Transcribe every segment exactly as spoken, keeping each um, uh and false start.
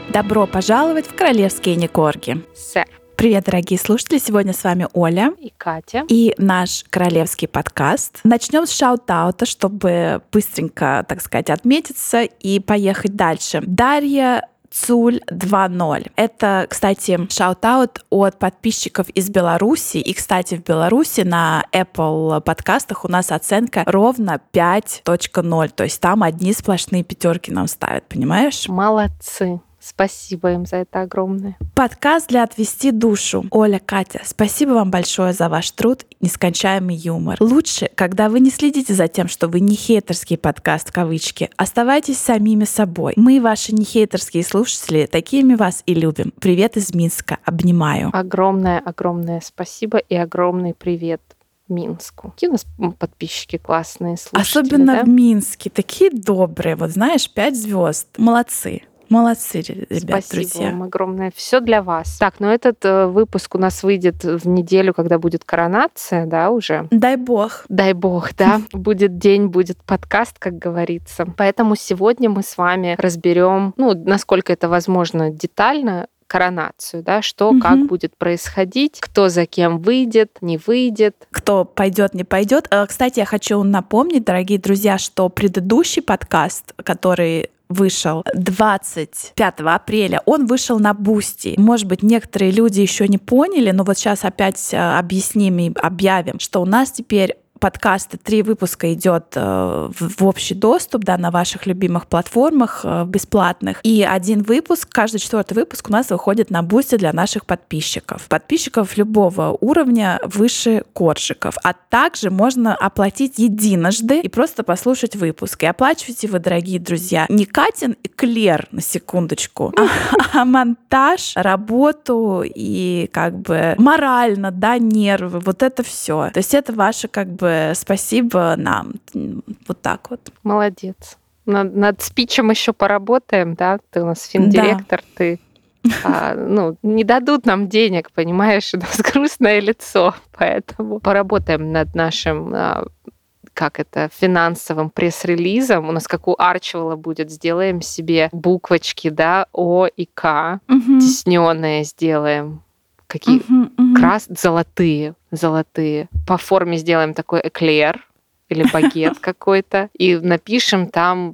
Добро пожаловать в королевские Никорги. Сэр. Привет, дорогие слушатели! Сегодня с вами Оля и Катя. И наш королевский подкаст. Начнем с шаут-аута, чтобы быстренько, так сказать, отметиться и поехать дальше. Дарья Цуль два ноль. Это, кстати, шаут-аут от подписчиков из Беларуси. И, кстати, в Беларуси на Apple подкастах у нас оценка ровно пять точка ноль. То есть там одни сплошные пятерки нам ставят, понимаешь? Молодцы. Спасибо им за это огромное. Подкаст для отвести душу. Оля, Катя, спасибо вам большое за ваш труд и нескончаемый юмор. Лучше, когда вы не следите за тем, что вы не хейтерский подкаст в кавычки, оставайтесь самими собой. Мы, ваши не хейтерские слушатели, такими вас и любим. Привет из Минска. Обнимаю. Огромное-огромное спасибо и огромный привет Минску. Какие у нас подписчики классные, слушатели, особенно да? В Минске. Такие добрые. Вот знаешь, пять звезд. Молодцы. Молодцы, ребят, Спасибо друзья. вам огромное. Все для вас. Так, ну этот э, выпуск у нас выйдет в неделю, когда будет коронация, да, уже? Дай бог. Дай бог, да. Будет день, будет подкаст, как говорится. Поэтому сегодня мы с вами разберем, ну, насколько это возможно, детально коронацию, да, что, угу. как будет происходить, кто за кем выйдет, не выйдет. Кто пойдет, не пойдет. Кстати, я хочу напомнить, дорогие друзья, что предыдущий подкаст, который вышел двадцать пятого апреля, он вышел на Бусти. Может быть, некоторые люди еще не поняли, но вот сейчас опять объясним и объявим, что у нас теперь подкасты, три выпуска идет э, в, в общий доступ, да, на ваших любимых платформах э, бесплатных. И один выпуск, каждый четвертый выпуск у нас выходит на Бусти для наших подписчиков. Подписчиков любого уровня выше коржиков. А также можно оплатить единожды и просто послушать выпуск. И оплачивайте вы, дорогие друзья, не Катин и Клер, на секундочку, а, а монтаж, работу и как бы морально, да, нервы, вот это все. То есть это ваше как бы спасибо нам. Вот так вот. Молодец. Над, над спичем еще поработаем, да? Ты у нас финдиректор, да. Ты а, ну, не дадут нам денег, понимаешь? У нас грустное лицо, поэтому поработаем над нашим, а, как это, финансовым пресс-релизом. У нас, как у Арчевелла будет, сделаем себе буквочки, да, О и К, угу. Тиснённые сделаем. Какие uh-huh, uh-huh. крас золотые, золотые. По форме сделаем такой эклер или багет какой-то и напишем там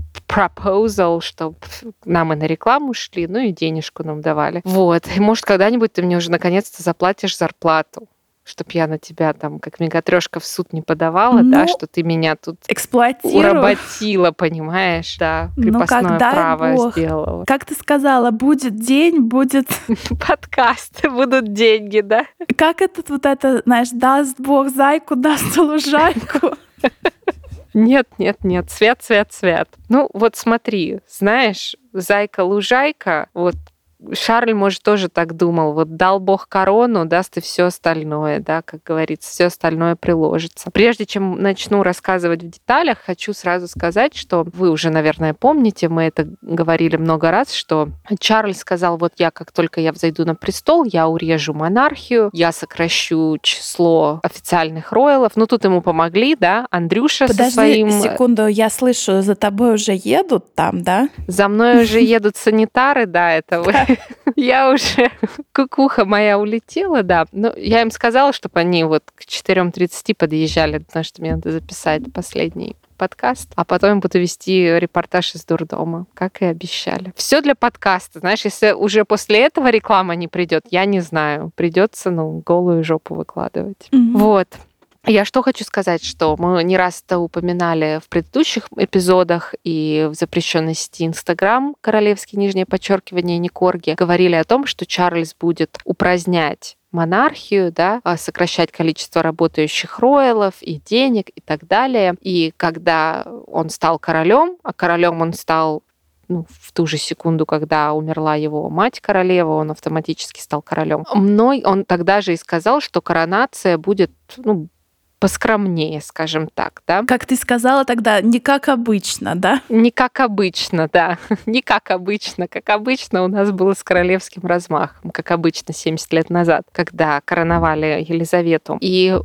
proposal, чтобы нам и на рекламу шли, ну и денежку нам давали. Вот. И может когда-нибудь ты мне уже наконец-то заплатишь зарплату, чтоб я на тебя там как мегатрёшка в суд не подавала, ну, да, что ты меня тут уработила, понимаешь, да, крепостное ну, право Бог. Сделала. Как ты сказала, будет день, будет подкаст, будут деньги, да? Как этот вот это, знаешь, даст Бог зайку, даст лужайку. Нет, нет, нет, свят, свят, свят. Ну вот смотри, знаешь, зайка-лужайка, вот Шарль, может, тоже так думал. Вот дал Бог корону, даст и все остальное, да, как говорится, все остальное приложится. Прежде чем начну рассказывать в деталях, хочу сразу сказать, что вы уже, наверное, помните, мы это говорили много раз, что Чарльз сказал, вот я, как только я взойду на престол, я урежу монархию, я сокращу число официальных роялов. Ну, тут ему помогли, да, Андрюша Подожди со своим... Подожди секунду, я слышу, за тобой уже едут там, да? За мной уже едут санитары, да, это вы... Я уже... Кукуха моя улетела, да. Но я им сказала, чтобы они вот к четыре тридцать подъезжали, потому что мне надо записать последний подкаст, а потом я буду вести репортаж из дурдома, как и обещали. Все для подкаста. Знаешь, если уже после этого реклама не придет, я не знаю. Придется, ну, голую жопу выкладывать. Mm-hmm. Вот. Я что хочу сказать, что мы не раз это упоминали в предыдущих эпизодах и в запрещенной сети Инстаграм, королевские нижнее подчеркивание Никорги, говорили о том, что Чарльз будет упразднять монархию, да, сокращать количество работающих роялов и денег и так далее. И когда он стал королем, а королем он стал ну, в ту же секунду, когда умерла его мать-королева, он автоматически стал королем. Мной он тогда же и сказал, что коронация будет, ну, поскромнее, скажем так, да. Как ты сказала тогда, не как обычно, да? Не как обычно, да. Не как обычно. Как обычно у нас было с королевским размахом, как обычно семьдесят лет назад, когда короновали Елизавету. И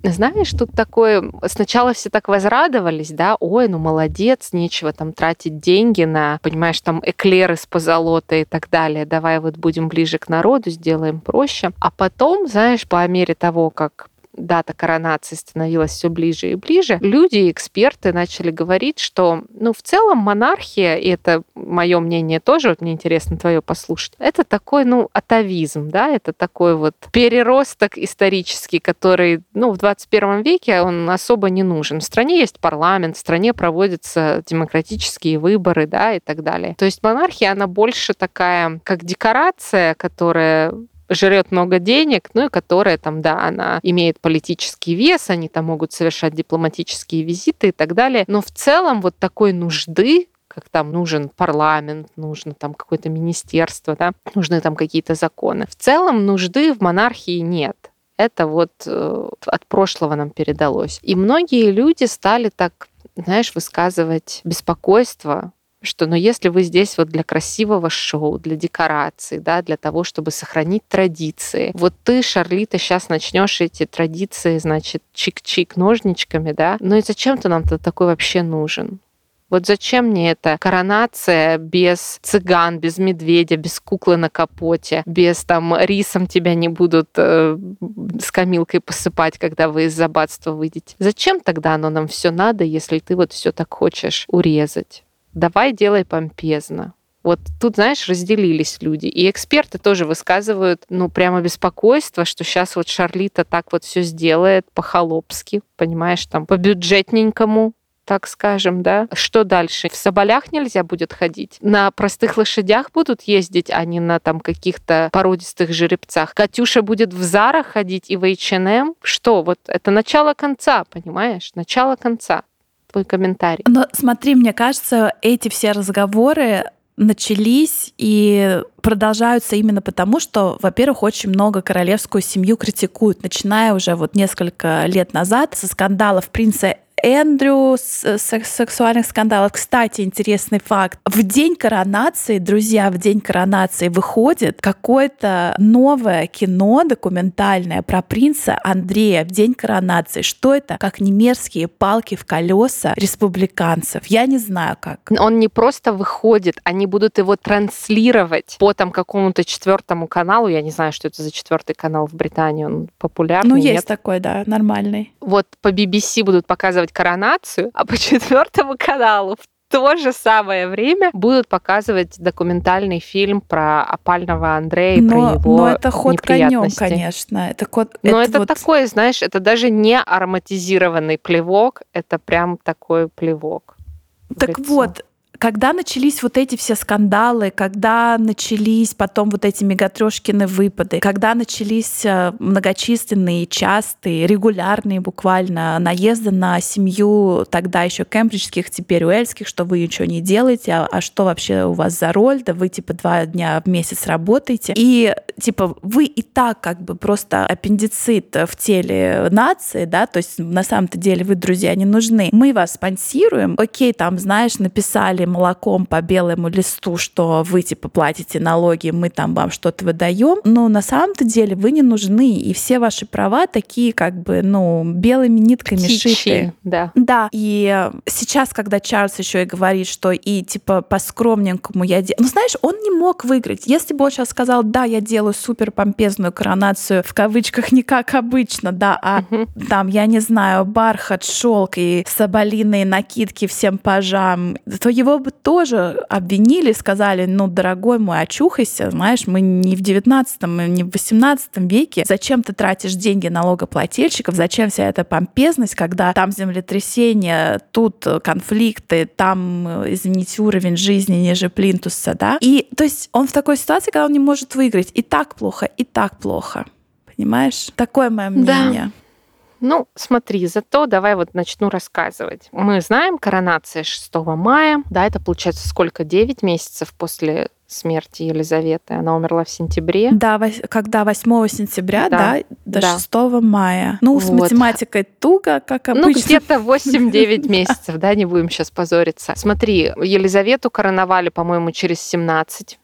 знаешь, тут такое... Сначала все так возрадовались, да, ой, ну молодец, нечего там тратить деньги на, понимаешь, там эклеры с позолотой и так далее. Давай вот будем ближе к народу, сделаем проще. А потом, знаешь, по мере того, как дата коронации становилась все ближе и ближе, люди и эксперты начали говорить, что, ну, в целом монархия, и это мое мнение тоже, вот мне интересно твое послушать, это такой, ну, атавизм, да, это такой вот переросток исторический, который, ну, в двадцать первом веке он особо не нужен. В стране есть парламент, в стране проводятся демократические выборы, да, и так далее. То есть монархия, она больше такая, как декорация, которая жрет много денег, ну и которая там, да, она имеет политический вес, они там могут совершать дипломатические визиты и так далее. Но в целом вот такой нужды, как там нужен парламент, нужно там какое-то министерство, да, нужны там какие-то законы. В целом нужды в монархии нет. Это вот э, от прошлого нам передалось. И многие люди стали так, знаешь, высказывать беспокойство, что, ну, если вы здесь вот для красивого шоу, для декораций, да, для того, чтобы сохранить традиции, вот ты, Шарлита, сейчас начнешь эти традиции, значит, чик-чик ножничками, да, ну и зачем ты нам-то такой вообще нужен? Вот зачем мне эта коронация без цыган, без медведя, без куклы на капоте, без там рисом тебя не будут э, с камилкой посыпать, когда вы из аббатства выйдете? Зачем тогда оно нам все надо, если ты вот все так хочешь урезать? Давай делай помпезно. Вот тут, знаешь, разделились люди. И эксперты тоже высказывают, ну, прямо беспокойство, что сейчас вот Шарлита так вот все сделает по-холопски, понимаешь, там, по-бюджетненькому, так скажем, да. Что дальше? В соболях нельзя будет ходить? На простых лошадях будут ездить, а не на там каких-то породистых жеребцах? Катюша будет в Зарах ходить и в эйч энд эм? Что? Вот это начало конца, понимаешь? Начало конца. Твой комментарий. Но смотри, мне кажется, эти все разговоры начались и продолжаются именно потому, что, во-первых, очень много королевскую семью критикуют, начиная уже вот несколько лет назад со скандалов принца Эндрю, сексуальных скандалов. Кстати, интересный факт. В день коронации, друзья, в день коронации выходит какое-то новое кино документальное про принца Андрея в день коронации. Что это? Как не мерзкие палки в колеса республиканцев. Я не знаю, как. Он не просто выходит, они будут его транслировать по там какому-то четвертому каналу. Я не знаю, что это за четвертый канал в Британии. Он популярный? Ну, есть нет? такой, да, нормальный. Вот по би би си будут показывать коронацию, а по четвертому каналу в то же самое время будут показывать документальный фильм про опального Андрея и но, про его но это ход конем, неприятности. конечно. Это код, но это это вот... такой, знаешь, это даже не ароматизированный плевок, это прям такой плевок. Так вот, когда начались вот эти все скандалы, когда начались потом вот эти мегатрёшкины выпады, когда начались многочисленные, частые, регулярные буквально наезды на семью тогда еще кембриджских, теперь уэльских, что вы ничего не делаете, а, а что вообще у вас за роль, да вы типа два дня в месяц работаете. И типа вы и так как бы просто аппендицит в теле нации, да, то есть на самом-то деле вы, друзья, не нужны. Мы вас спонсируем, окей, там, знаешь, написали молоком по белому листу, что вы типа платите налоги, мы там вам что-то выдаем, но на самом-то деле вы не нужны, и все ваши права такие как бы, ну, белыми нитками птичьи, шиты. Да. Да, и сейчас, когда Чарльз еще и говорит, что и типа по-скромненькому я делаю, ну, знаешь, он не мог выиграть. Если бы он сейчас сказал, да, я делаю супер помпезную коронацию, в кавычках, не как обычно, да, а угу. там, я не знаю, бархат, шелк и соболиные накидки всем пажам, то его бы тоже обвинили, сказали, ну, дорогой мой, очухайся, знаешь, мы не в девятнадцатом, не в восемнадцатом веке, зачем ты тратишь деньги налогоплательщиков, зачем вся эта помпезность, когда там землетрясение, тут конфликты, там, извините, уровень жизни ниже плинтуса, да, и то есть он в такой ситуации, когда он не может выиграть, и так плохо, и так плохо, понимаешь? Такое мое мнение. Да. Ну, смотри, зато давай вот начну рассказывать. Мы знаем, коронация шестого мая, да, это получается сколько, девять месяцев после смерти Елизаветы. Она умерла в сентябре. Да, когда восьмого сентября, да, да до да. шестого мая. Ну, с вот. математикой туго, как обычно. Ну, где-то восемь-девять месяцев, да, не будем сейчас позориться. Смотри, Елизавету короновали, по-моему, через семнадцать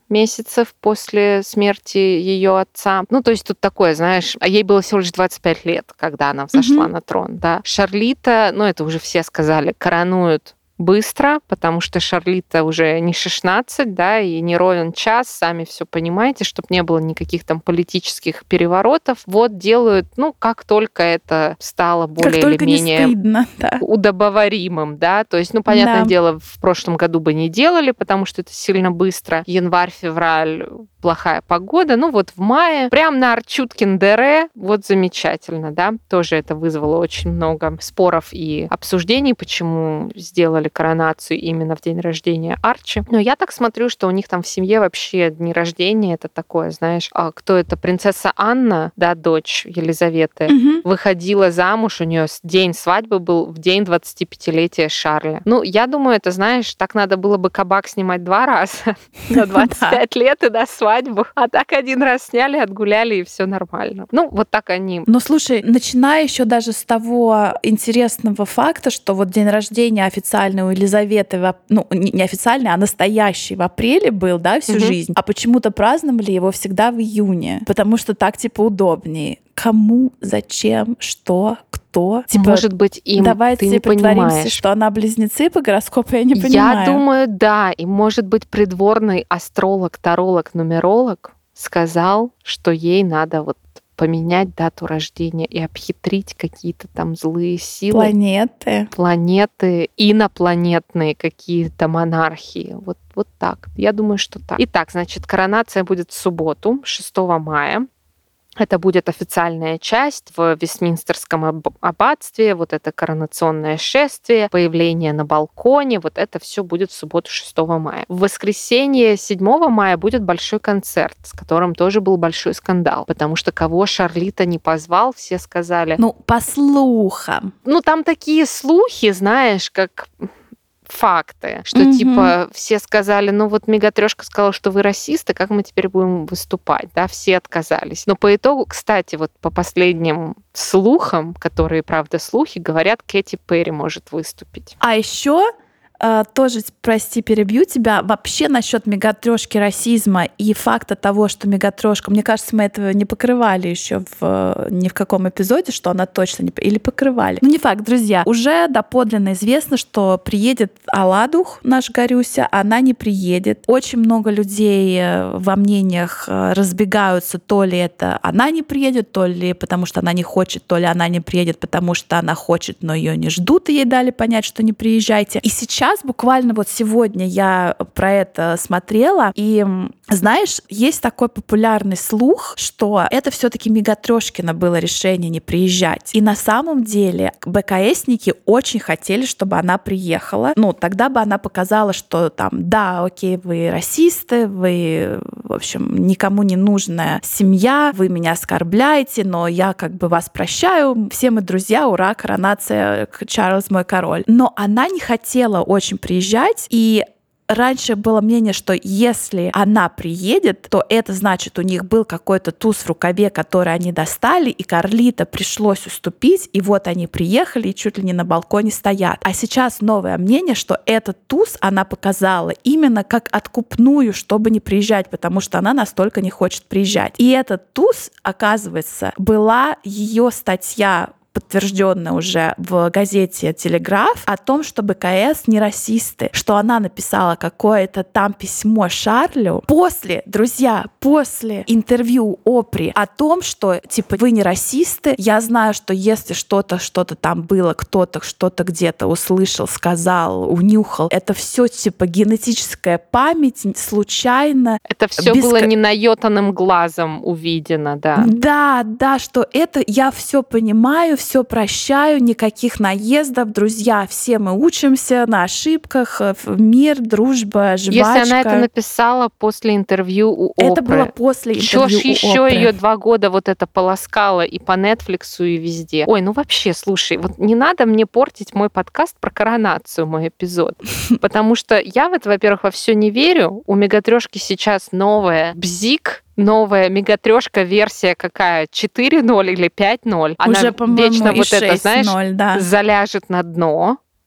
месяцев после смерти ее отца. Ну, то есть тут такое, знаешь, а ей было всего лишь двадцать пять лет, когда она взошла mm-hmm. на трон, да. Шарлита, ну, это уже все сказали, коронуют быстро, потому что Шарлита уже не шестнадцать, да, и не ровен час, сами все понимаете, чтобы не было никаких там политических переворотов. Вот делают, ну, как только это стало более или менее стыдно, да. удобоваримым, да, то есть, ну, понятное да. дело, в прошлом году бы не делали, потому что это сильно быстро. Январь-февраль плохая погода, ну, вот в мае, прям на Арчуткин-Дере, вот замечательно, да, тоже это вызвало очень много споров и обсуждений, почему сделали коронацию именно в день рождения Арчи. Но я так смотрю, что у них там в семье вообще дни рождения это такое, знаешь, а кто это? Принцесса Анна, да, дочь Елизаветы, угу. выходила замуж, у нее день свадьбы был в день двадцатипятилетия Шарля. Ну, я думаю, это, знаешь, так надо было бы кабак снимать два раза на двадцать пять лет и до свадьбы, а так один раз сняли, отгуляли и все нормально. Ну, вот так они. Ну, слушай, начиная еще даже с того интересного факта, что вот день рождения официально у Елизаветы, ну, не официальный, а настоящий в апреле был, да, всю угу. жизнь. А почему-то праздновали его всегда в июне, потому что так, типа, удобнее. Кому, зачем, что, кто? Типа, может быть, им давайте ты не притворимся, понимаешь. Что она близнецы по гороскопу, я не я понимаю. Я думаю, да. И, может быть, придворный астролог, таролог, нумеролог сказал, что ей надо вот поменять дату рождения и обхитрить какие-то там злые силы. Планеты. Планеты, инопланетные какие-то монархии. Вот, вот так. Я думаю, что так. Итак, значит, коронация будет в субботу, шестого мая. Это будет официальная часть в Вестминстерском аббатстве, вот это коронационное шествие, появление на балконе, вот это все будет в субботу шестого мая. В воскресенье седьмого мая будет большой концерт, с которым тоже был большой скандал, потому что кого Шарлита не позвал, все сказали... Ну, по слухам. Ну, там такие слухи, знаешь, как... факты, что mm-hmm. типа все сказали, ну вот Мегатрёшка сказала, что вы расисты, как мы теперь будем выступать, да, все отказались. Но по итогу, кстати, вот по последним слухам, которые, правда, слухи, говорят, Кэти Перри может выступить. А еще тоже, прости, перебью тебя, вообще насчет Мегатрёшки, расизма и факта того, что Мегатрёшка, мне кажется, мы этого не покрывали еще в ни в каком эпизоде, что она точно не... Или покрывали. Ну, не факт, друзья. Уже доподлинно известно, что приедет Аладух, наш Горюся, она не приедет. Очень много людей во мнениях разбегаются, то ли это она не приедет, то ли потому что она не хочет, то ли она не приедет, потому что она хочет, но ее не ждут, и ей дали понять, что не приезжайте. И сейчас Сейчас, буквально вот сегодня я про это смотрела, и знаешь, есть такой популярный слух, что это все-таки Мегатрёшкино было решение не приезжать. И на самом деле БКСники очень хотели, чтобы она приехала. Ну, тогда бы она показала, что там, да, окей, вы расисты, вы, в общем, никому не нужная семья, вы меня оскорбляете, но я как бы вас прощаю, все мы друзья, ура, коронация, Чарльз мой король. Но она не хотела очень приезжать, и раньше было мнение, что если она приедет, то это значит, у них был какой-то туз в рукаве, который они достали, и Карлито пришлось уступить, и вот они приехали и чуть ли не на балконе стоят. А сейчас новое мнение, что этот туз она показала именно как откупную, чтобы не приезжать, потому что она настолько не хочет приезжать. И этот туз, оказывается, была ее статья, подтвержденная уже в газете «Телеграф», о том, что БКС не расисты, что она написала какое-то там письмо Шарлю после, друзья, после интервью Опри о том, что, типа, вы не расисты, я знаю, что если что-то, что-то там было, кто-то что-то где-то услышал, сказал, унюхал, это все типа генетическая память, случайно. Это все без... было ненайотанным глазом увидено, да. Да, да, что это я все понимаю, все прощаю, никаких наездов, друзья, все мы учимся на ошибках, мир, дружба, жвачка. Если она это написала после интервью у Опры. Это было после интервью Чё ж у еще Опры. Ее два года вот это полоскало и по Нетфликсу, и везде. Ой, ну вообще, слушай, вот не надо мне портить мой подкаст про коронацию, мой эпизод, потому что я в это, во-первых, во все не верю. У Мегатрёшки сейчас новая бзик, новая Мегатрёшка версия какая? четыре ноль или пять ноль? Она Уже, по-моему, вечно и вот это, знаешь, ноль, да. заляжет на дно.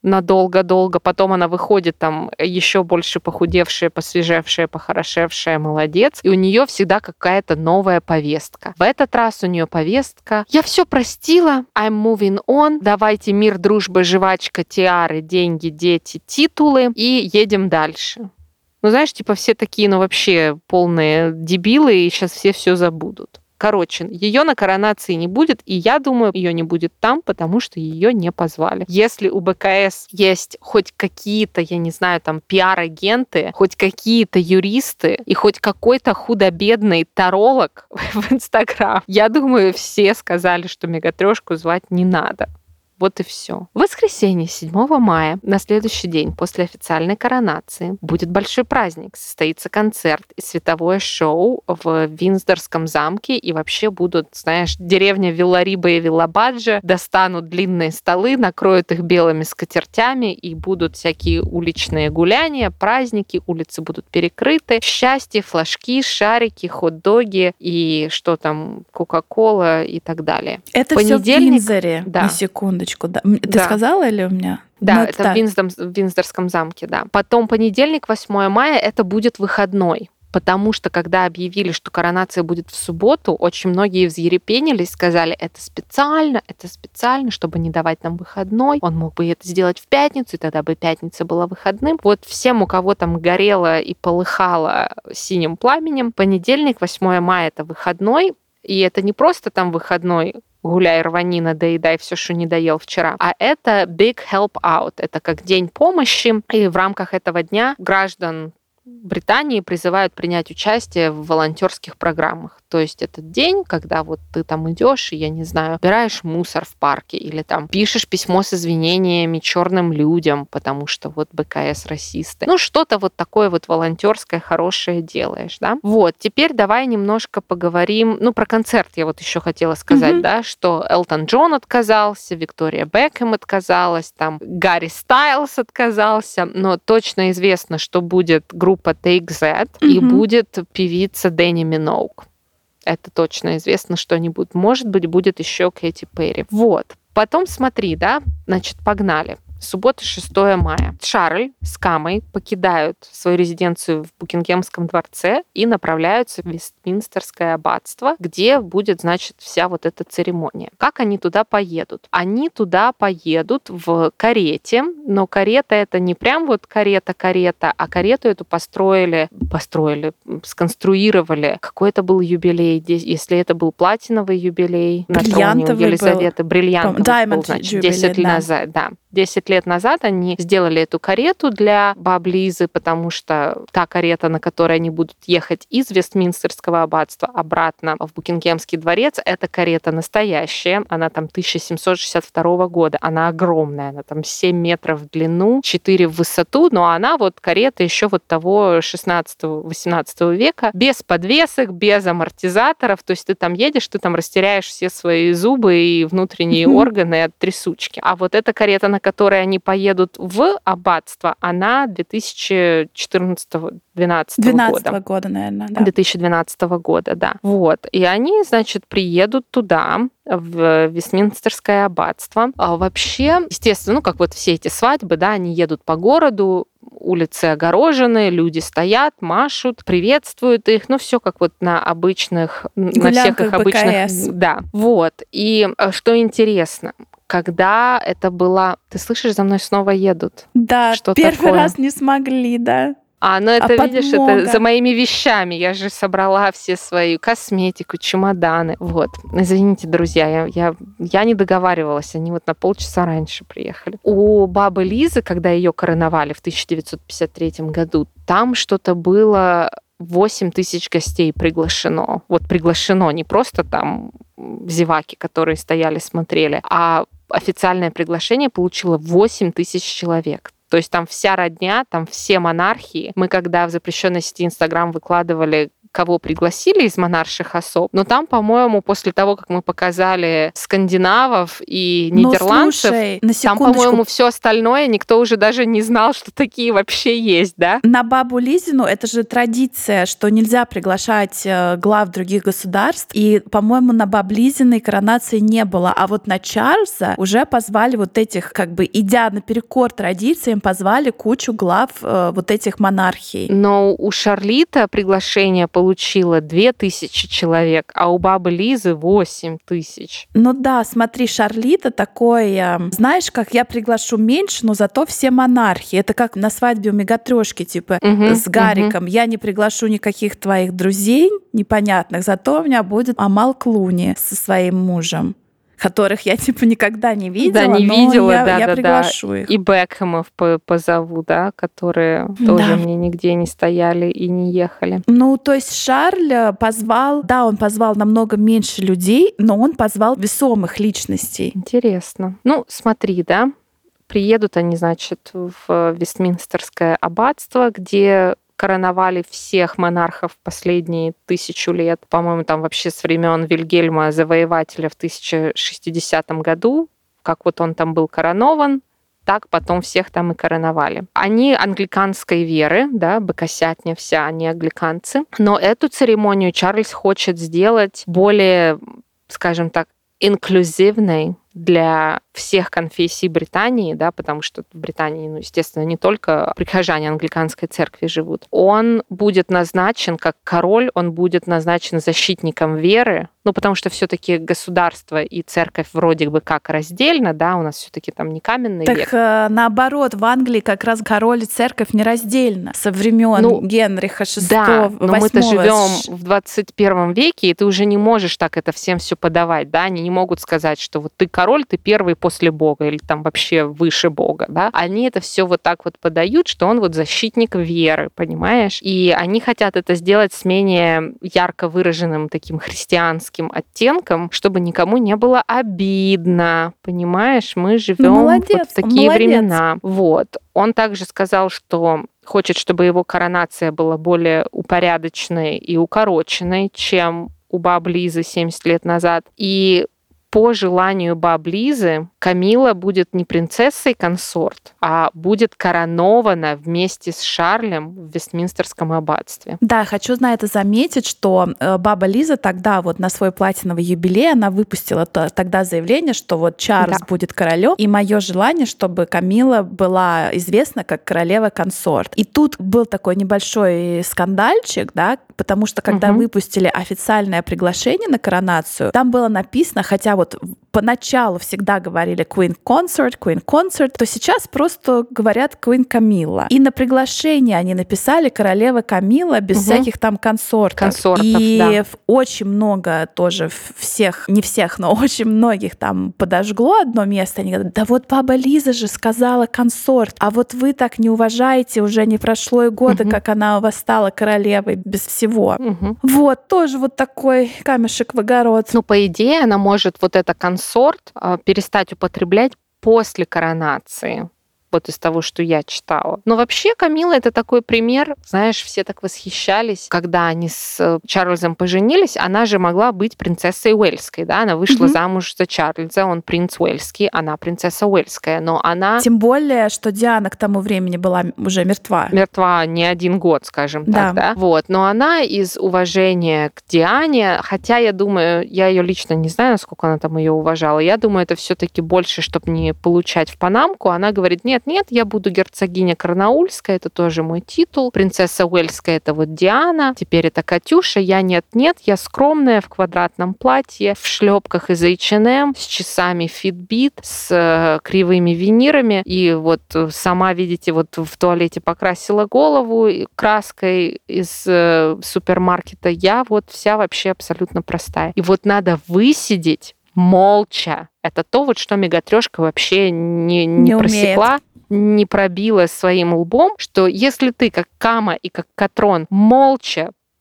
надолго-долго, потом она выходит там еще больше похудевшая, посвежевшая, похорошевшая, молодец, и у нее всегда какая-то новая повестка. В этот раз у нее повестка: я все простила, I'm moving on, давайте мир, дружба, жвачка, тиары, деньги, дети, титулы, и едем дальше. Ну, знаешь, типа все такие, ну, вообще полные дебилы, и сейчас все все забудут. Короче, ее на коронации не будет, и я думаю, ее не будет там, потому что ее не позвали. Если у БКС есть хоть какие-то, я не знаю, там, пиар-агенты, хоть какие-то юристы и хоть какой-то худо-бедный таролог в Инстаграм, я думаю, все сказали, что Мегатрёшку звать не надо. Вот и все. В воскресенье, седьмого мая, на следующий день после официальной коронации, будет большой праздник. Состоится концерт и световое шоу в Виндзорском замке. И вообще будут, знаешь, деревня Виллариба и Виллабаджа достанут длинные столы, накроют их белыми скатертями, и будут всякие уличные гуляния, праздники, улицы будут перекрыты. Счастье, флажки, шарики, хот-доги и что там, Кока-кола и так далее. Это все в Виндзоре, да. На секундочку. Да. Ты да. сказала или у меня? Да, ну, это в, Виндзор, в Виндзорском замке, да. Потом понедельник, восьмое мая, это будет выходной. Потому что, когда объявили, что коронация будет в субботу, очень многие взъерепенились, сказали, это специально, это специально, чтобы не давать нам выходной. Он мог бы это сделать в пятницу, и тогда бы пятница была выходным. Вот всем, у кого там горело и полыхало синим пламенем, понедельник, восьмое мая, это выходной. И это не просто там выходной, гуляй, рвани, надоедай все, что не доел вчера. А это Big Help Out. Это как день помощи. И в рамках этого дня граждан Британии призывают принять участие в волонтерских программах. То есть этот день, когда вот ты там идешь и, я не знаю, убираешь мусор в парке или там пишешь письмо с извинениями черным людям, потому что вот БКС расисты. Ну, что-то вот такое вот волонтерское хорошее делаешь, да? Вот, теперь давай немножко поговорим, ну, про концерт я вот еще хотела сказать, mm-hmm. да, что Элтон Джон отказался, Виктория Бекхэм отказалась, там Гарри Стайлз отказался, но точно известно, что будет группа Take That mm-hmm. и будет певица Дэнни Миноуг. Это точно известно, что они будут. Может быть, будет еще Кэти Перри. Вот. Потом смотри, да, значит, погнали. Суббота, шестое мая. Шарль с Камой покидают свою резиденцию в Букингемском дворце и направляются в Вестминстерское аббатство, где будет, значит, вся вот эта церемония. Как они туда поедут? Они туда поедут в карете, но карета это не прям вот карета-карета, а карету эту построили, построили, сконструировали. Какой это был юбилей? Если это был платиновый юбилей на троне у Елизаветы, бриллиантовый был, значит, десять лет назад, да. десять лет назад они сделали эту карету для бабы Лизы, потому что та карета, на которой они будут ехать из Вестминстерского аббатства обратно в Букингемский дворец, эта карета настоящая. Она там тысяча семьсот шестьдесят второго года. Она огромная. Она там семь метров в длину, четыре в высоту, но она вот карета еще вот того шестнадцатого-восемнадцатого века, без подвесок, без амортизаторов. То есть ты там едешь, ты там растеряешь все свои зубы и внутренние mm-hmm. органы от трясучки. А вот эта карета, на которой они поедут в аббатство, она две тысячи четырнадцатого-двенадцатого года. года, наверное, да. две тысячи двенадцатого года, да. Вот. И они, значит, приедут туда, в Вестминстерское аббатство. А вообще, естественно, ну, как вот все эти свадьбы, да, они едут по городу, улицы огорожены, люди стоят, машут, приветствуют их, ну, все как вот на обычных, гулянках на всех их обычных... БКС. Да, вот. И что интересно, когда это было... Ты слышишь, за мной снова едут? Да, что первый такое? раз не смогли, да. А, ну это, а видишь, подмога. Это за моими вещами. Я же собрала все свою косметику, чемоданы. Вот. Извините, друзья, я, я, я не договаривалась. Они вот на полчаса раньше приехали. У бабы Лизы, когда ее короновали в тысяча девятьсот пятьдесят третьем году, там что-то было... восемь тысяч гостей приглашено. Вот приглашено, не просто там зеваки, которые стояли, смотрели, а официальное приглашение получило восемь тысяч человек. То есть там вся родня, там все монархии. Мы когда в запрещенной сети Инстаграм выкладывали кого пригласили из монарших особ, но там, по-моему, после того, как мы показали скандинавов и нидерландцев, ну, слушай, на там, по-моему, все остальное никто уже даже не знал, что такие вообще есть, да? На бабу Лизину это же традиция, что нельзя приглашать глав других государств, и, по-моему, на баб Лизиной коронации не было, а вот на Чарльза уже позвали вот этих, как бы, идя наперекор традициям, позвали кучу глав э, вот этих монархий. Но у Шарлита приглашение получило две тысячи человек, а у бабы Лизы восемь тысяч. Ну да, смотри, Шарлита такой, э, знаешь, как я приглашу меньше, но зато все монархи. Это как на свадьбе у Мегатрешки, типа, угу, с Гариком. Угу. Я не приглашу никаких твоих друзей непонятных, зато у меня будет Амал Клуни со своим мужем, которых я типа никогда не видела, да, не но видела, я, да, я да, приглашу да. их. И Бекхэмов позову, да, которые тоже да. мне нигде не стояли и не ехали. Ну, то есть Шарль позвал, да, он позвал намного меньше людей, но он позвал весомых личностей. Интересно. Ну, смотри, да, приедут они, значит, в Вестминстерское аббатство, где короновали всех монархов последние тысячу лет. По-моему, там вообще с времен Вильгельма Завоевателя в тысяча шестидесятом году, как вот он там был коронован, так потом всех там и короновали. Они англиканской веры, да, быкосятня вся, они англиканцы. Но эту церемонию Чарльз хочет сделать более, скажем так, инклюзивной для всех конфессий Британии, да, потому что в Британии, ну, естественно, не только прихожане англиканской церкви живут. Он будет назначен как король, он будет назначен защитником веры, ну, потому что все-таки государство и церковь вроде бы как раздельно, да, у нас все-таки там не каменный так, век. Так наоборот, в Англии как раз король и церковь нераздельно со времен ну, Генриха шестого, да, но мы-то живем в двадцать первом веке, и ты уже не можешь так это всем все подавать, да, они не могут сказать, что вот ты король, ты первый после Бога, или там вообще выше Бога, да. Они это все вот так вот подают, что он вот защитник веры, понимаешь? И они хотят это сделать с менее ярко выраженным таким христианским оттенком, чтобы никому не было обидно, понимаешь? Мы живем ну, молодец, вот в такие молодец. времена. Вот. Он также сказал, что хочет, чтобы его коронация была более упорядоченной и укороченной, чем у баб Лизы семьдесят лет назад. И по желанию баб Лизы Камила будет не принцессой-консорт, а будет коронована вместе с Шарлем в Вестминстерском аббатстве. Да, хочу на это заметить, что баба Лиза тогда вот на свой платиновый юбилей она выпустила тогда заявление, что вот Чарльз да. будет королем, и мое желание, чтобы Камила была известна как королева-консорт. И тут был такой небольшой скандальчик, да, потому что когда угу. выпустили официальное приглашение на коронацию, там было написано, хотя вот поначалу всегда говорили Queen Consort, Queen Consort, то сейчас просто говорят Queen Camilla. И на приглашение они написали королева Камила без угу. всяких там консортов. Консортов, и да. очень много тоже всех, не всех, но очень многих там подожгло одно место. Они говорят, да вот баба Лиза же сказала консорт, а вот вы так не уважаете, уже не прошло и года, угу. как она у вас стала королевой без всего. Угу. Вот, тоже вот такой камешек в огород. Ну, по идее, она может вот это консорт перестать употреблять после коронации. Вот из того, что я читала. Но вообще Камила — это такой пример, знаешь, все так восхищались, когда они с Чарльзом поженились, она же могла быть принцессой Уэльской, да, она вышла mm-hmm. замуж за Чарльза, он принц Уэльский, она принцесса Уэльская, но она... Тем более, что Диана к тому времени была уже мертва. Мертва не один год, скажем да. так, да. Вот, но она из уважения к Диане, хотя я думаю, я ее лично не знаю, насколько она там ее уважала, я думаю, это все-таки больше, чтобы не получать в панамку, она говорит, нет, нет, я буду герцогиня Корнуольская, это тоже мой титул. Принцесса Уэльская — это вот Диана. Теперь это Катюша. Я нет-нет, я скромная в квадратном платье, в шлепках из эйч энд эм, с часами Fitbit, с кривыми винирами. И вот сама, видите, вот в туалете покрасила голову краской из супермаркета. Я вот вся вообще абсолютно простая. И вот надо высидеть молча. Это то, вот, что Мегатрешка вообще не, не, не просекла, не пробила своим лбом, что если ты, как Кама и как Катрон, молча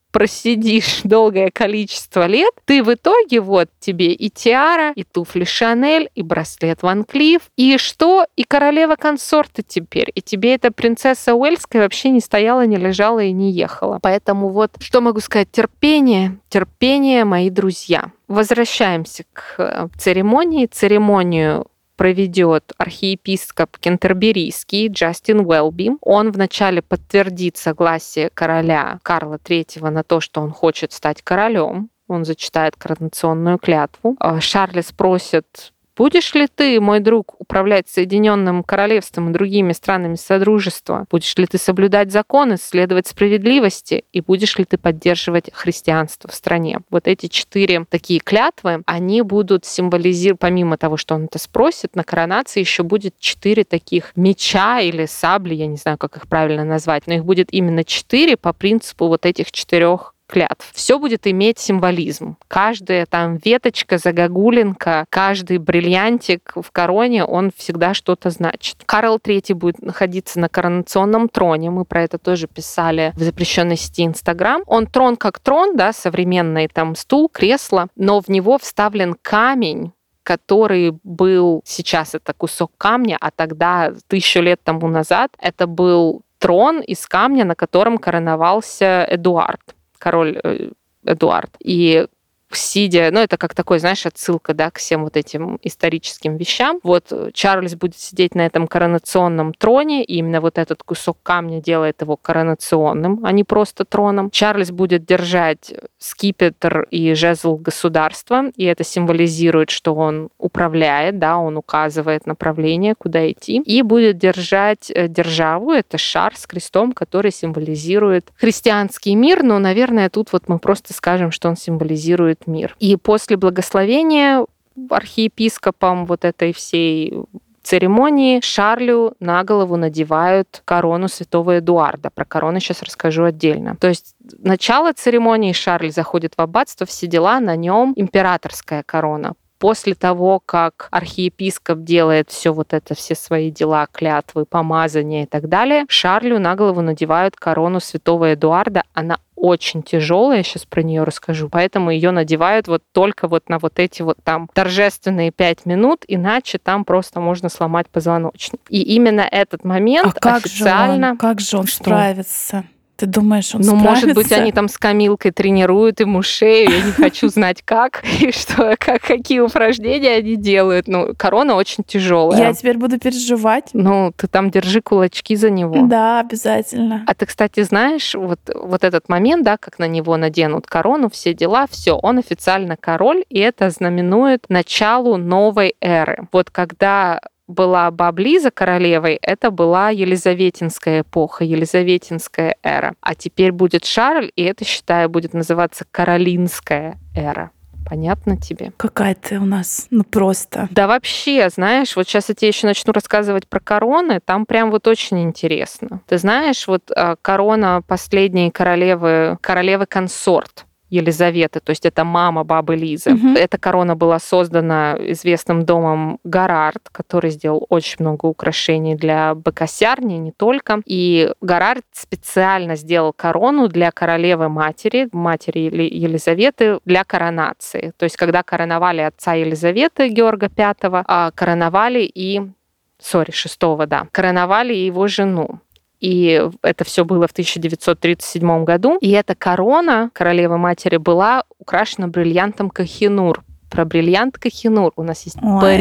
просидишь долгое количество лет, ты в итоге вот тебе и тиара, и туфли Шанель, и браслет Ван Клифф, и что? И королева консорта теперь. И тебе эта принцесса Уэльская вообще не стояла, не лежала и не ехала. Поэтому вот, что могу сказать? Терпение, терпение, мои друзья. Возвращаемся к церемонии. Церемонию проведет архиепископ кентерберийский Джастин Уэлби. Он вначале подтвердит согласие короля Карла третьего на то, что он хочет стать королем. Он зачитает коронационную клятву. Шарля спросит: будешь ли ты, мой друг, управлять Соединенным Королевством и другими странами Содружества? Будешь ли ты соблюдать законы, следовать справедливости? И будешь ли ты поддерживать христианство в стране? Вот эти четыре такие клятвы, они будут символизировать, помимо того, что он это спросит, на коронации еще будет четыре таких меча или сабли, я не знаю, как их правильно назвать, но их будет именно четыре по принципу вот этих четырех клятв. Все будет иметь символизм. Каждая там веточка, загогулинка, каждый бриллиантик в короне, он всегда что-то значит. Карл третий будет находиться на коронационном троне. Мы про это тоже писали в запрещенной сети Инстаграм. Он трон как трон, да, современный там стул, кресло, но в него вставлен камень, который был, сейчас это кусок камня, а тогда, тысячу лет тому назад, это был трон из камня, на котором короновался Эдуард. Король Эдуард. И сидя, ну это как такой, знаешь, отсылка, да, к всем вот этим историческим вещам. Вот Чарльз будет сидеть на этом коронационном троне, и именно вот этот кусок камня делает его коронационным, а не просто троном. Чарльз будет держать скипетр и жезл государства, и это символизирует, что он управляет, да, он указывает направление, куда идти, и будет держать державу, это шар с крестом, который символизирует христианский мир, но, наверное, тут вот мы просто скажем, что он символизирует мир. И после благословения архиепископом вот этой всей церемонии Шарлю на голову надевают корону святого Эдуарда. Про корону сейчас расскажу отдельно. То есть начало церемонии Шарль заходит в аббатство, все дела, на нем императорская корона. После того, как архиепископ делает все вот это, все свои дела, клятвы, помазания и так далее, Шарлю на голову надевают корону святого Эдуарда. Она очень тяжелая, я сейчас про нее расскажу, поэтому ее надевают вот только вот на вот эти вот там торжественные пять минут, иначе там просто можно сломать позвоночник. И именно этот момент а как официально... Же он, как же он Что? справится? Ты думаешь, он ну, справится? Может быть, они там с Камилкой тренируют ему шею, я не хочу знать как, и что, как, какие упражнения они делают. Ну, корона очень тяжелая. Я теперь буду переживать. Ну, ты там держи кулачки за него. Да, обязательно. А ты, кстати, знаешь, вот, вот этот момент, да, как на него наденут корону, все дела, все, он официально король, и это знаменует началу новой эры. Вот когда была Баблиза королевой, это была Елизаветинская эпоха, Елизаветинская эра. А теперь будет Шарль, и это, считаю, будет называться Каролинская эра. Понятно тебе? Какая ты у нас, ну просто. Да вообще, знаешь, вот сейчас я тебе еще начну рассказывать про короны, там прям вот очень интересно. Ты знаешь, вот корона последней королевы, королевы-консорт Елизаветы, то есть это мама бабы Лизы. Угу. Эта корона была создана известным домом Гарард, который сделал очень много украшений для бокосярни, не только. И Гарард специально сделал корону для королевы-матери, матери Елизаветы, для коронации. То есть когда короновали отца Елизаветы, Георга Пятого, короновали и... Сори, шестого, да. Короновали его жену. И это все было в тысяча девятьсот тридцать седьмом году. И эта корона королевы-матери была украшена бриллиантом Кохинур. Про бриллиант Кохинур у нас есть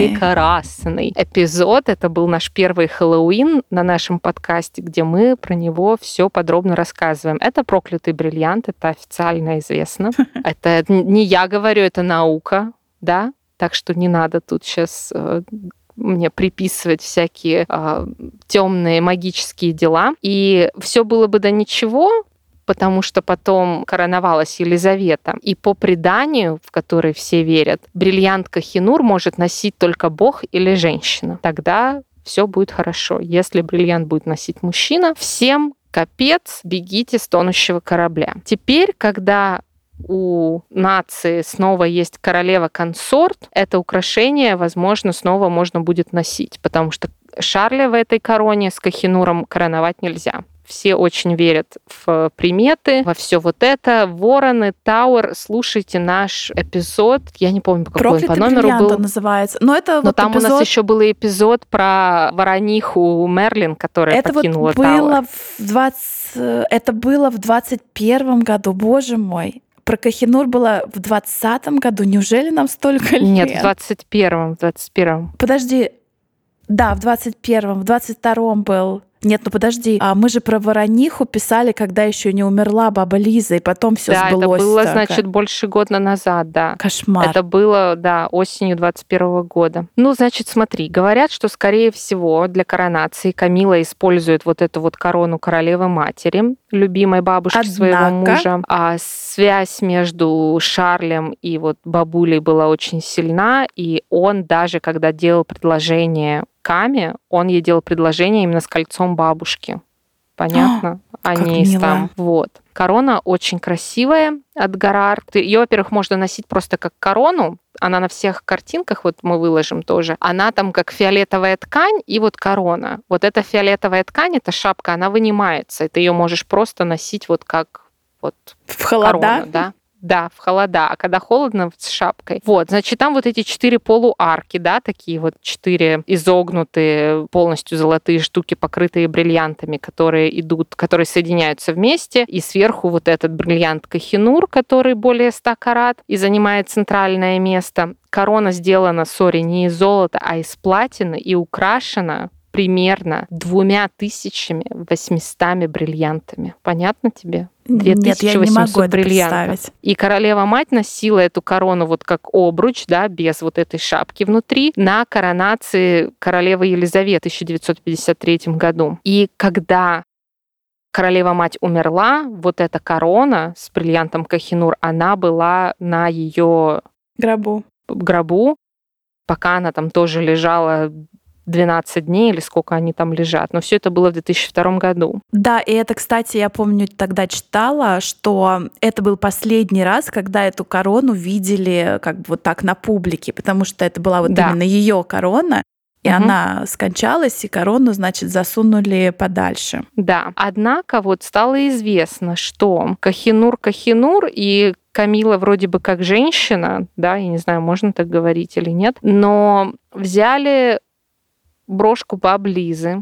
прекрасный эпизод. Это был наш первый Хэллоуин на нашем подкасте, где мы про него все подробно рассказываем. Это проклятый бриллиант, это официально известно. Это не я говорю, это наука, да? Так что не надо тут сейчас... мне приписывать всякие э, темные магические дела. И все было бы до ничего, потому что потом короновалась Елизавета. И по преданию, в который все верят, бриллиант Кохинур может носить только бог или женщина. Тогда все будет хорошо. Если бриллиант будет носить мужчина, всем капец, бегите с тонущего корабля. Теперь, когда у нации снова есть королева-консорт, это украшение, возможно, снова можно будет носить, потому что Шарля в этой короне с Кохинуром короновать нельзя. все очень верят в приметы, во все вот это. Вороны, Тауэр, слушайте наш эпизод. Я не помню, по какому он по номеру бриллиант был. Он называется. Но это Но вот там эпизод... у нас еще был эпизод про ворониху Мерлин, которая это покинула вот было Тауэр. в двадцать... Это было в двадцать первом году, боже мой. Про Кохинур было в двадцатом году. Неужели нам столько лет? Нет, в двадцать первом, в двадцать первом. Подожди. Да, в двадцать первом, в двадцать втором был. Нет, ну подожди, а мы же про Ворониху писали, когда еще не умерла баба Лиза, и потом все да, сбылось. Да, это было, так. значит, больше года назад, да. Кошмар. Это было, да, осенью двадцать первого года. Ну, значит, смотри, говорят, что, скорее всего, для коронации Камила использует вот эту вот корону королевы-матери, любимой бабушки Однако... своего мужа. А связь между Шарлем и вот бабулей была очень сильна, и он даже, когда делал предложение Каме, он ей делал предложение именно с кольцом бабушки. Понятно? А не с там. Вот. Корона очень красивая от Гарар. Ее, во-первых, можно носить просто как корону. Она на всех картинках, вот мы выложим тоже. Она там как фиолетовая ткань и вот корона. Вот эта фиолетовая ткань, эта шапка, она вынимается. И ты ее можешь просто носить вот как вот в холода? Корону, да? Да, в холода. А когда холодно, с шапкой. Вот, значит, там вот эти четыре полуарки, да, такие вот четыре изогнутые, полностью золотые штуки, покрытые бриллиантами, которые идут, которые соединяются вместе. И сверху вот этот бриллиант Кохинур, который более ста карат и занимает центральное место. Корона сделана, сори, не из золота, а из платины и украшена примерно двумя тысячами восьмистами бриллиантами. Понятно тебе? две тысячи восемьсот бриллиантов. И королева-мать носила эту корону вот как обруч, да, без вот этой шапки внутри, на коронации королевы Елизаветы в тысяча девятьсот пятьдесят третьем году. И когда королева-мать умерла, вот эта корона с бриллиантом Кохинур, она была на ее гробу. гробу, пока она там тоже лежала двенадцать дней или сколько они там лежат. Но все это было в две тысячи втором году. Да, и это, кстати, я помню, тогда читала, что это был последний раз, когда эту корону видели как бы вот так на публике, потому что это была вот да. именно ее корона. И угу. она скончалась, и корону, значит, засунули подальше. Да. Однако вот стало известно, что Кохинур Кохинур и Камила вроде бы как женщина, да, я не знаю, можно так говорить или нет, но взяли брошку бабы Лизы,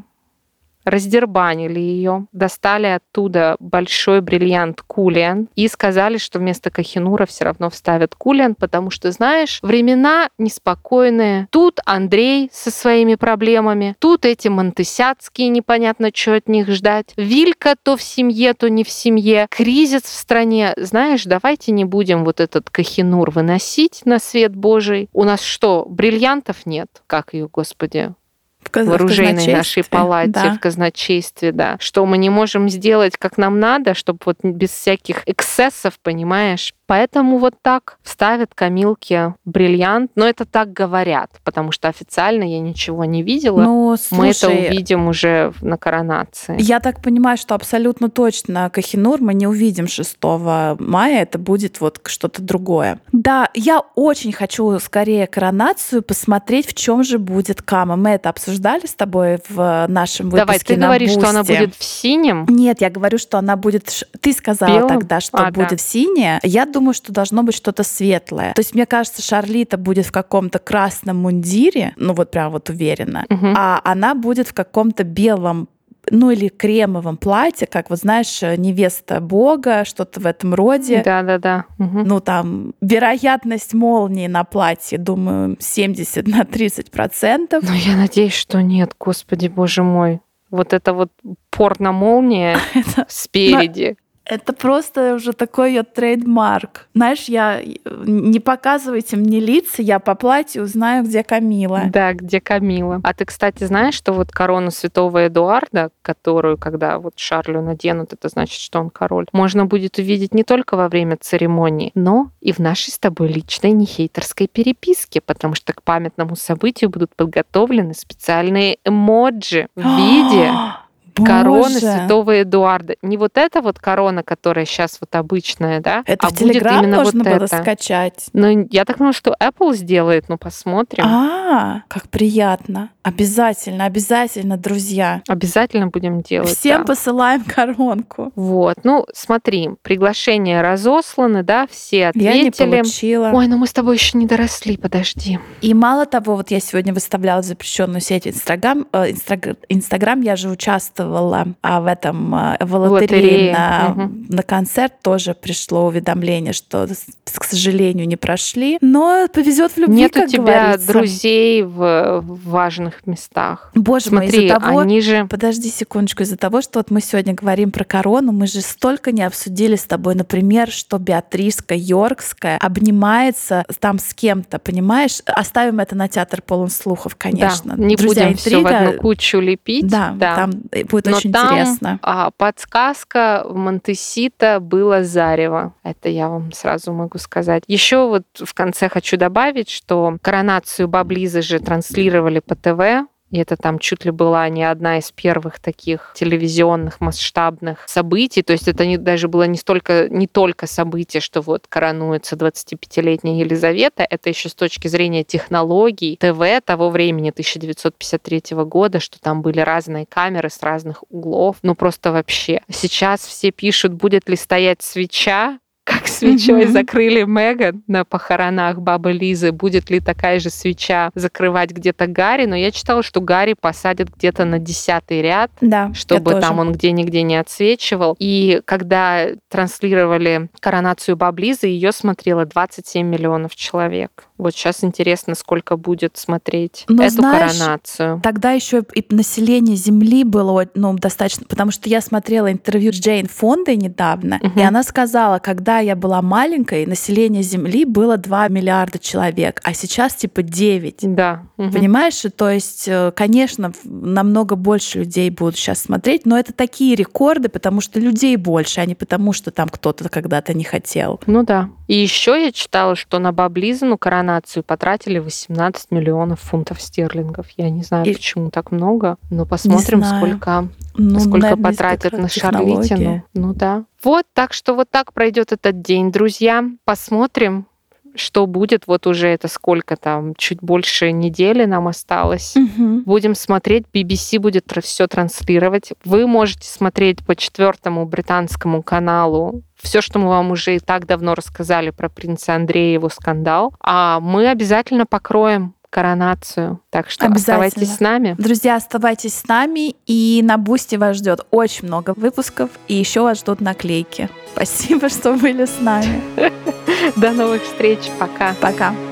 раздербанили ее, достали оттуда большой бриллиант Кулиан и сказали, что вместо Кохинура все равно вставят Кулиан, потому что, знаешь, времена неспокойные. Тут Андрей со своими проблемами, тут эти монтесятские, непонятно, что от них ждать. Вилька то в семье, то не в семье. Кризис в стране. Знаешь, давайте не будем вот этот Кохинур выносить на свет Божий. У нас что, бриллиантов нет? Как ее, Господи? В оружейной нашей палате, да. в казначействе, да. Что мы не можем сделать, как нам надо, чтобы вот без всяких эксцессов, понимаешь? Поэтому вот так вставят Камилке бриллиант. Но это так говорят, потому что официально я ничего не видела. Ну, слушай, мы это увидим уже на коронации. Я так понимаю, что абсолютно точно Кохинур мы не увидим шестого мая. Это будет вот что-то другое. Да, я очень хочу скорее коронацию посмотреть, в чем же будет Кама. Мы это обсуждали с тобой в нашем выпуске. Давай, ты на говоришь, Бусти. Что она будет в синем? Нет, я говорю, что она будет... Ты сказала Белым? тогда, что а, будет да. синяя. Я думаю, что должно быть что-то светлое. То есть, мне кажется, Шарлита будет в каком-то красном мундире, ну вот прям вот уверена, угу. а она будет в каком-то белом, ну или кремовом платье, как вот знаешь, невеста Бога, что-то в этом роде. Да-да-да. Угу. Ну там вероятность молнии на платье, думаю, семьдесят на тридцать процентов. Ну я надеюсь, что нет, Господи, Боже мой. Вот это вот порно-молния спереди. Это просто уже такой ее трейдмарк. Знаешь, я не показывайте мне лица, я по платью узнаю, где Камила. Да, где Камила. А ты, кстати, знаешь, что вот корону святого Эдуарда, которую, когда вот Шарлю наденут, это значит, что он король, можно будет увидеть не только во время церемонии, но и в нашей с тобой личной нехейтерской переписке, потому что к памятному событию будут подготовлены специальные эмоджи в виде Корона Боже. святого Эдуарда. Не вот эта вот корона, которая сейчас вот обычная, да? Это а в будет Телеграм именно можно вот было это. скачать? Ну, я так думаю, что Apple сделает, ну, посмотрим. А, как приятно. Обязательно, обязательно, друзья. Обязательно будем делать, Всем да. посылаем коронку. Вот, ну, смотри, приглашения разосланы, да, все ответили. Я не получила. Ой, ну мы с тобой еще не доросли, подожди. И мало того, вот я сегодня выставляла запрещенную сеть Инстаграм. Э, Инстагр- Инстаграм, я же участвовала а, в этом э, в лотерее Лотереи, на, мгм. на концерт. Тоже пришло уведомление, что, с- к сожалению, не прошли. Но повезет в любви, Нет у как тебя говорится. друзей в, в важных местах. Боже мой, Смотри, из-за того... они же... Подожди секундочку, из-за того, что вот мы сегодня говорим про корону, мы же столько не обсудили с тобой, например, что Беатриска Йоркская обнимается там с кем-то, понимаешь? Оставим это на театр полон слухов, конечно. Да, не Друзья, будем все в интрига. одну кучу лепить. Да, там будет Но очень там, интересно. а, подсказка: в Монтесито было зарево. Это я вам сразу могу сказать. Еще вот в конце хочу добавить, что коронацию Баблизы же транслировали по ТВ. И это там чуть ли была не одна из первых таких телевизионных масштабных событий. То есть это не, даже было не, столько, не только событие, что вот коронуется двадцатипятилетняя Елизавета, это еще с точки зрения технологий ТВ того времени, тысяча девятьсот пятьдесят третьего года, что там были разные камеры с разных углов. Ну просто вообще. Сейчас все пишут, будет ли стоять свеча, как свечой mm-hmm. закрыли Меган на похоронах бабы Лизы. Будет ли такая же свеча закрывать где-то Гарри? Но я читала, что Гарри посадят где-то на десятый ряд, да, чтобы там он где-нигде не отсвечивал. И когда транслировали коронацию бабы Лизы, ее смотрело двадцать семь миллионов человек. Вот сейчас интересно, сколько будет смотреть Но эту знаешь, коронацию. Тогда еще и население Земли было ну, достаточно, потому что я смотрела интервью с Джейн Фондой недавно, угу. и она сказала, когда я была маленькой, население Земли было два миллиарда человек, а сейчас типа девять. Да. Угу. Понимаешь? То есть, конечно, намного больше людей будут сейчас смотреть, но это такие рекорды, потому что людей больше, а не потому, что там кто-то когда-то не хотел. Ну да. И еще я читала, что на бабу Лизину коронацию потратили восемнадцать миллионов фунтов стерлингов. Я не знаю, и... почему так много, но посмотрим, сколько, ну, сколько наверное, потратят на Шарлитину. Ну да. Вот, так что вот так пройдет этот день, друзья. Посмотрим, что будет. Вот уже это сколько там, чуть больше недели нам осталось. Угу. Будем смотреть. би би си будет все транслировать. Вы можете смотреть по четвертому британскому каналу все, что мы вам уже и так давно рассказали про принца Андрея и его скандал. А мы обязательно покроем коронацию. Так что оставайтесь с нами. Друзья, оставайтесь с нами. И на Бусти вас ждет очень много выпусков. И еще вас ждут наклейки. Спасибо, что были с нами. До новых встреч. Пока. Пока.